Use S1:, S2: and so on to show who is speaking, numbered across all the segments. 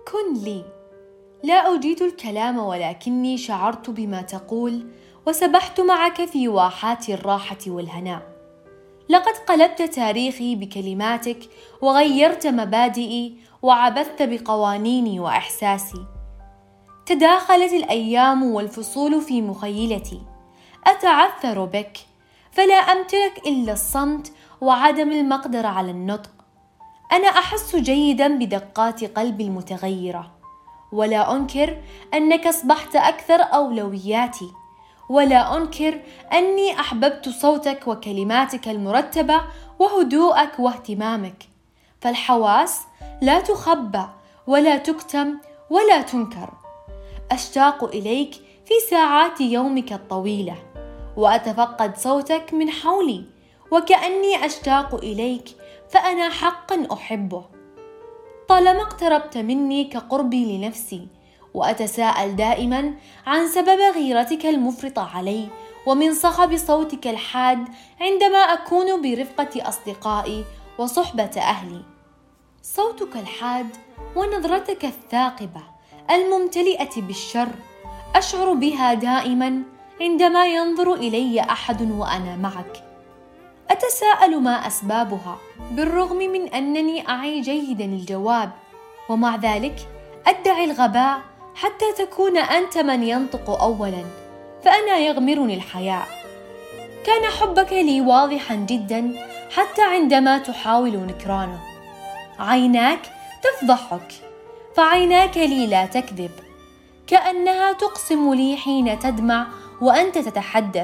S1: كن لي. لا أجيد الكلام ولكني شعرت بما تقول وسبحت معك في واحات الراحة والهناء. لقد قلبت تاريخي بكلماتك وغيرت مبادئي وعبثت بقوانيني وإحساسي. تداخلت الأيام والفصول في مخيلتي. أتعثر بك فلا أمتلك إلا الصمت وعدم المقدرة على النطق. أنا أحس جيدا بدقات قلبي المتغيرة، ولا أنكر أنك أصبحت أكثر أولوياتي، ولا أنكر أني أحببت صوتك وكلماتك المرتبة وهدوءك واهتمامك. فالحواس لا تخبأ ولا تكتم ولا تنكر. أشتاق إليك في ساعات يومك الطويلة، وأتفقد صوتك من حولي وكأني أشتاق إليك، فأنا حقا أحبه. طالما اقتربت مني كقربي لنفسي، وأتساءل دائما عن سبب غيرتك المفرطة علي ومن صخب صوتك الحاد عندما أكون برفقة أصدقائي وصحبة أهلي. صوتك الحاد ونظرتك الثاقبة الممتلئة بالشر أشعر بها دائما عندما ينظر إلي أحد وأنا معك. أتساءل ما أسبابها بالرغم من أنني أعي جيدا الجواب، ومع ذلك أدعي الغباء حتى تكون أنت من ينطق أولا، فأنا يغمرني الحياء. كان حبك لي واضحا جدا حتى عندما تحاول نكرانه. عيناك تفضحك، فعيناك لي لا تكذب، كأنها تقسم لي حين تدمع وأنت تتحدث.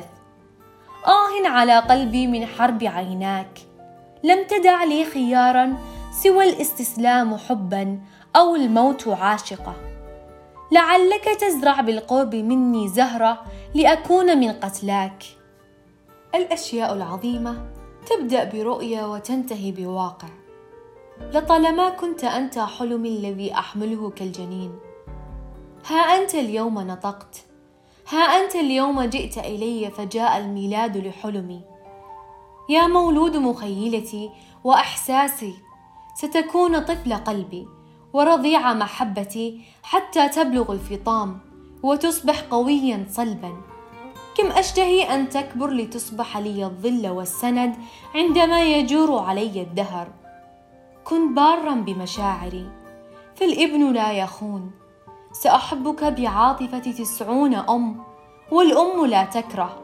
S1: على قلبي من حرب عيناك. لم تدع لي خيارا سوى الاستسلام حبا أو الموت عاشقة. لعلك تزرع بالقرب مني زهرة لأكون من قتلاك. الأشياء العظيمة تبدأ برؤية وتنتهي بواقع. لطالما كنت أنت حلمي الذي أحمله كالجنين. ها أنت اليوم نطقت، ها أنت اليوم جئت إلي، فجاء الميلاد لحلمي. يا مولود مخيلتي وإحساسي، ستكون طفل قلبي ورضيع محبتي حتى تبلغ الفطام وتصبح قويا صلبا. كم أشتهي أن تكبر لتصبح لي الظل والسند عندما يجور علي الدهر. كن بارا بمشاعري، فالابن لا يخون. سأحبك بعاطفة 90 أم، والأم لا تكره.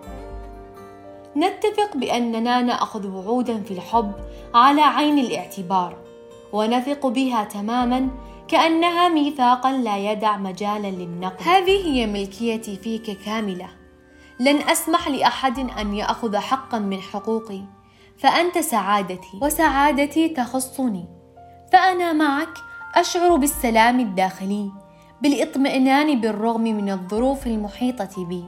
S1: نتفق بأننا نأخذ وعودا في الحب على عين الاعتبار، ونثق بها تماما كأنها ميثاقا لا يدع مجالا للنقد. هذه هي ملكيتي فيك كاملة. لن أسمح لأحد أن يأخذ حقا من حقوقي، فأنت سعادتي وسعادتي تخصني. فأنا معك أشعر بالسلام الداخلي، بالاطمئنان بالرغم من الظروف المحيطة بي.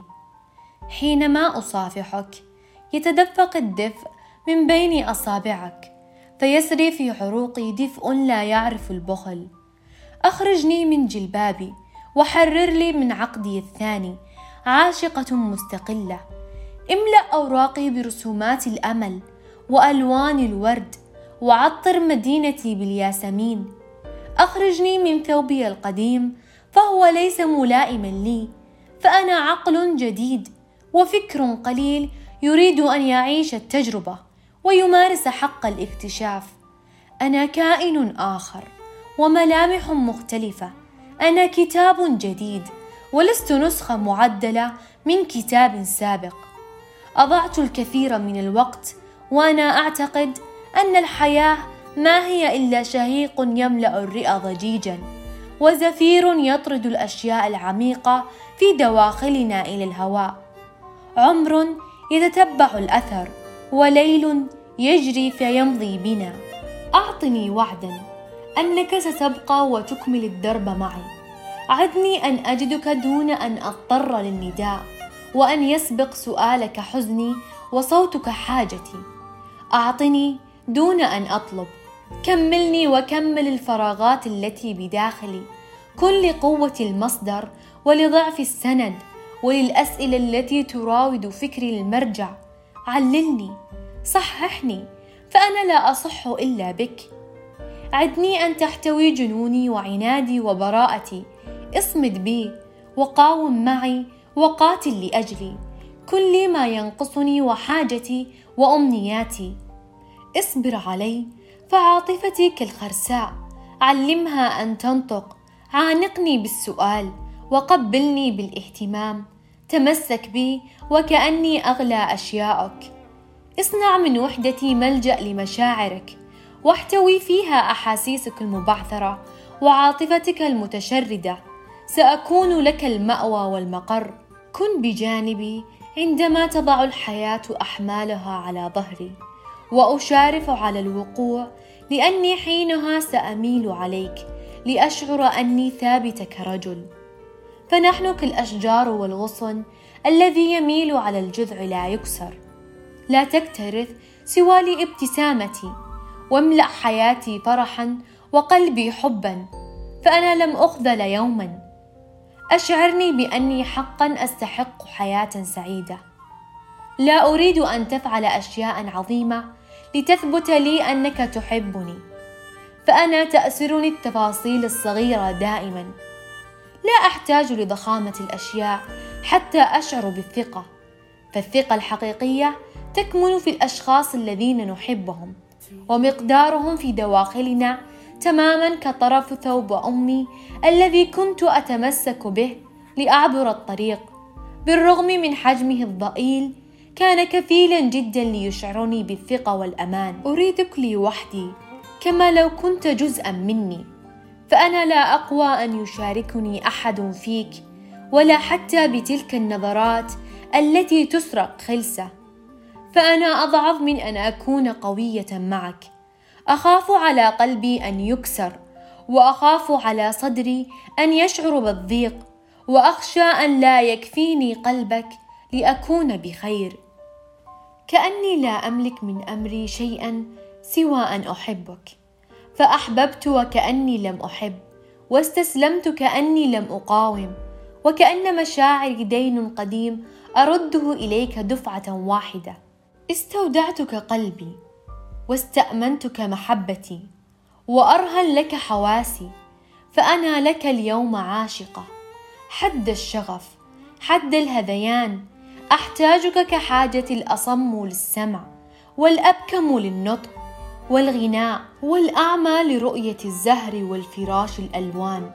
S1: حينما أصافحك يتدفق الدفء من بين أصابعك، فيسري في عروقي دفء لا يعرف البخل. أخرجني من جلبابي وحرر لي من عقدي الثاني، عاشقة مستقلة. املأ أوراقي برسومات الأمل وألوان الورد، وعطر مدينتي بالياسمين. أخرجني من ثوبي القديم، فهو ليس ملائما لي، فأنا عقل جديد وفكر قليل يريد أن يعيش التجربة ويمارس حق الاكتشاف. أنا كائن آخر وملامح مختلفة. أنا كتاب جديد ولست نسخة معدلة من كتاب سابق. أضعت الكثير من الوقت وأنا أعتقد أن الحياة ما هي إلا شهيق يملأ الرئة ضجيجا، وزفير يطرد الأشياء العميقة في دواخلنا إلى الهواء. عمر يتتبع الأثر، وليل يجري فيمضي بنا. أعطني وعدا أنك ستبقى وتكمل الدرب معي. عدني أن أجدك دون أن أضطر للنداء، وأن يسبق سؤالك حزني وصوتك حاجتي. أعطني دون أن أطلب. كملني وكمل الفراغات التي بداخلي. كن لقوة المصدر ولضعف السند وللأسئلة التي تراود فكري المرجع. عللني، صححني، فأنا لا أصح إلا بك. عدني أن تحتوي جنوني وعنادي وبراءتي، اصمد بي وقاوم معي وقاتل لأجلي، كن لي ما ينقصني وحاجتي وأمنياتي. اصبر علي فعاطفتي كالخرساء، علمها أن تنطق، عانقني بالسؤال وقبلني بالاهتمام، تمسك بي وكأني أغلى أشيائك. اصنع من وحدتي ملجأ لمشاعرك، واحتوي فيها أحاسيسك المبعثرة وعاطفتك المتشردة، سأكون لك المأوى والمقر. كن بجانبي عندما تضع الحياة أحمالها على ظهري، وأشارف على الوقوع، لأني حينها سأميل عليك لأشعر أني ثابتة كرجل. فنحن كالأشجار والغصن الذي يميل على الجذع لا يكسر. لا تكترث سوى لابتسامتي، واملأ حياتي فرحا وقلبي حبا، فأنا لم أخذل يوما. أشعرني بأني حقا أستحق حياة سعيدة. لا أريد أن تفعل أشياء عظيمة لتثبت لي أنك تحبني، فأنا تأسرني التفاصيل الصغيرة دائما. لا أحتاج لضخامة الأشياء حتى أشعر بالثقة، فالثقة الحقيقية تكمن في الأشخاص الذين نحبهم، ومقدارهم في دواخلنا تماما كطرف ثوب أمي الذي كنت أتمسك به لأعبر الطريق. بالرغم من حجمه الضئيل كان كفيلا جدا ليشعرني بالثقة والأمان. أريدك لي وحدي كما لو كنت جزءا مني، فأنا لا أقوى أن يشاركني أحد فيك، ولا حتى بتلك النظرات التي تسرق خلسة. فأنا أضعف من أن أكون قوية معك. أخاف على قلبي أن يكسر، وأخاف على صدري أن يشعر بالضيق، وأخشى أن لا يكفيني قلبك لأكون بخير. كأني لا أملك من أمري شيئا سوى أن أحبك، فأحببت وكأني لم أحب، واستسلمت كأني لم أقاوم، وكأن مشاعري دين قديم أرده إليك دفعة واحدة. استودعتك قلبي، واستأمنتك محبتي، وأرهن لك حواسي، فأنا لك اليوم عاشقة، حد الشغف، حد الهذيان. أحتاجك كحاجة الأصم للسمع، والأبكم للنطق والغناء، والأعمى لرؤية الزهر والفراش الألوان.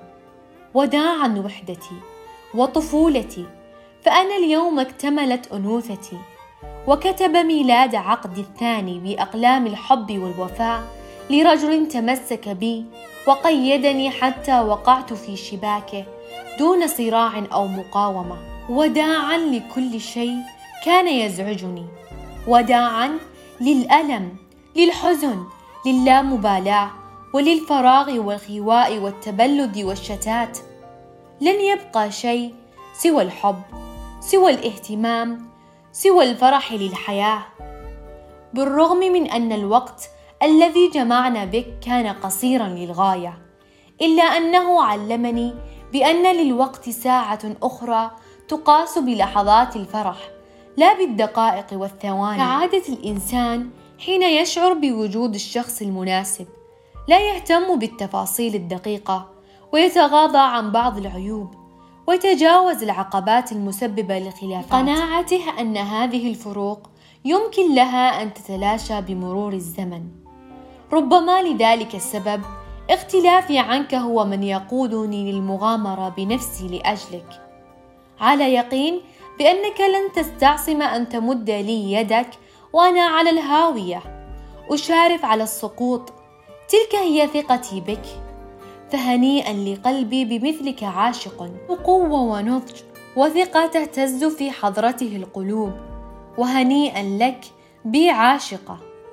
S1: وداعا وحدتي وطفولتي، فأنا اليوم اكتملت أنوثتي، وكتب ميلاد عقدي الثاني بأقلام الحب والوفاء لرجل تمسك بي وقيدني حتى وقعت في شباكه دون صراع أو مقاومة. وداعا لكل شيء كان يزعجني، وداعا للألم، للحزن، للامبالاة، وللفراغ والخواء والتبلد والشتات. لن يبقى شيء سوى الحب، سوى الاهتمام، سوى الفرح للحياة. بالرغم من أن الوقت الذي جمعنا بك كان قصيرا للغاية، إلا أنه علمني بأن للوقت ساعة أخرى تقاس بلحظات الفرح لا بالدقائق والثواني. كعادة الإنسان حين يشعر بوجود الشخص المناسب لا يهتم بالتفاصيل الدقيقة، ويتغاضى عن بعض العيوب، ويتجاوز العقبات المسببة للخلافات، قناعته أن هذه الفروق يمكن لها أن تتلاشى بمرور الزمن. ربما لذلك السبب اختلافي عنك هو من يقودني للمغامرة بنفسي لأجلك، على يقين بأنك لن تستعصم أن تمد لي يدك وأنا على الهاوية أشارف على السقوط. تلك هي ثقتي بك، فهنيئا لقلبي بمثلك عاشق، وقوة ونضج وثقة تهتز في حضرته القلوب، وهنيئا لك بي عاشقة.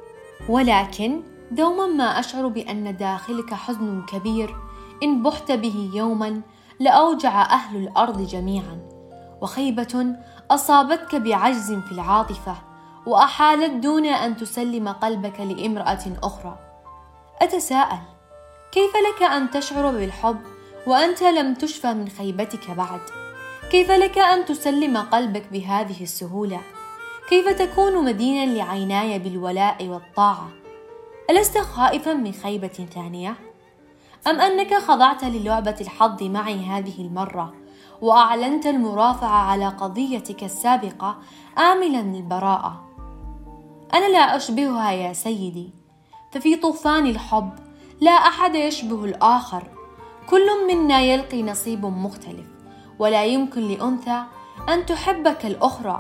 S1: ولكن دوما ما أشعر بأن داخلك حزن كبير إن بحت به يوما لأوجع أهل الأرض جميعا، وخيبة أصابتك بعجز في العاطفة وأحالت دون أن تسلم قلبك لامرأة أخرى. أتساءل كيف لك أن تشعر بالحب وأنت لم تشفى من خيبتك بعد؟ كيف لك أن تسلم قلبك بهذه السهولة؟ كيف تكون مدينا لعيناي بالولاء والطاعة؟ ألست خائفا من خيبة ثانية؟ أم أنك خضعت للعبة الحظ معي هذه المرة وأعلنت المرافعة على قضيتك السابقة آملا البراءة؟ أنا لا أشبهها يا سيدي، ففي طوفان الحب لا أحد يشبه الآخر، كل منا يلقي نصيب مختلف، ولا يمكن لأنثى أن تحب كالأخرى،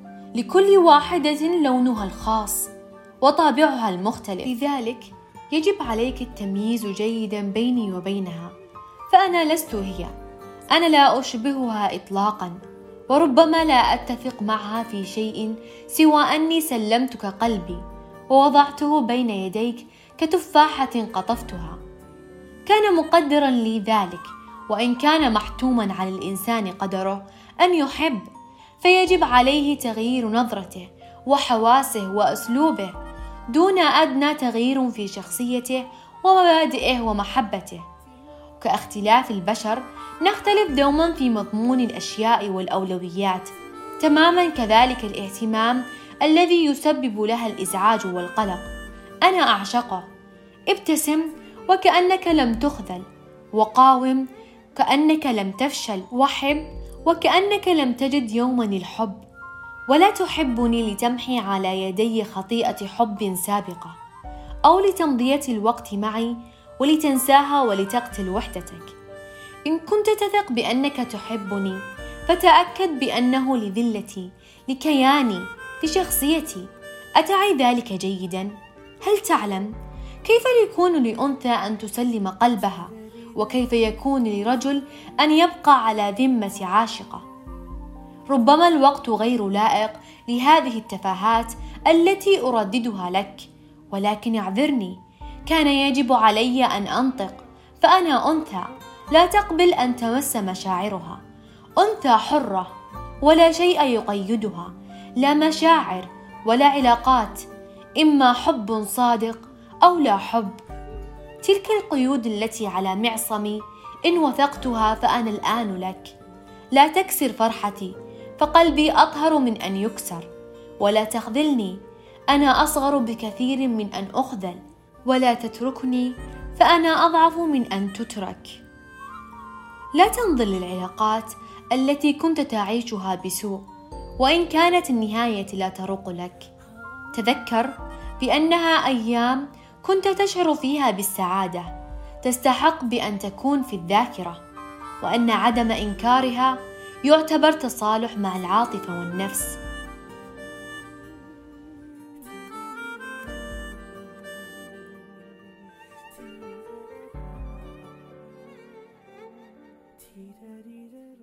S1: لكل واحدة لونها الخاص وطابعها المختلف، لذلك يجب عليك التمييز جيدا بيني وبينها، فأنا لست هي، أنا لا أشبهها إطلاقا، وربما لا أتفق معها في شيء سوى أني سلمتك قلبي ووضعته بين يديك كتفاحة قطفتها. كان مقدرا لي ذلك، وإن كان محتوما على الإنسان قدره أن يحب، فيجب عليه تغيير نظرته وحواسه وأسلوبه دون أدنى تغيير في شخصيته ومبادئه ومحبته. كاختلاف البشر نختلف دوما في مضمون الأشياء والأولويات، تماما كذلك الاهتمام الذي يسبب لها الإزعاج والقلق. أنا أعشقه، ابتسم وكأنك لم تخذل، وقاوم كأنك لم تفشل، وحب وكأنك لم تجد يوما الحب، ولا تحبني لتمحي على يدي خطيئة حب سابقة، أو لتمضية الوقت معي ولتنساها ولتقتل وحدتك. إن كنت تثق بأنك تحبني فتأكد بأنه لذلتي، لكياني، لشخصيتي. أتعي ذلك جيدا؟ هل تعلم كيف يكون لأنثى أن تسلم قلبها، وكيف يكون لرجل أن يبقى على ذمة عاشقة؟ ربما الوقت غير لائق لهذه التفاهات التي أرددها لك، ولكن اعذرني، كان يجب علي أن أنطق، فأنا أنثى لا تقبل أن تمس مشاعرها، أنثى حرة ولا شيء يقيدها، لا مشاعر ولا علاقات، إما حب صادق أو لا حب. تلك القيود التي على معصمي إن وثقتها فأنا الآن لك. لا تكسر فرحتي، فقلبي أطهر من أن يكسر، ولا تخذلني، أنا أصغر بكثير من أن أخذل، ولا تتركني، فأنا أضعف من أن تترك. لا تنظر للعلاقات التي كنت تعيشها بسوء، وإن كانت النهاية لا تروق لك. تذكر بأنها أيام كنت تشعر فيها بالسعادة، تستحق بأن تكون في الذاكرة، وأن عدم إنكارها يعتبر تصالح مع العاطفة والنفس.
S2: Dee da dee da.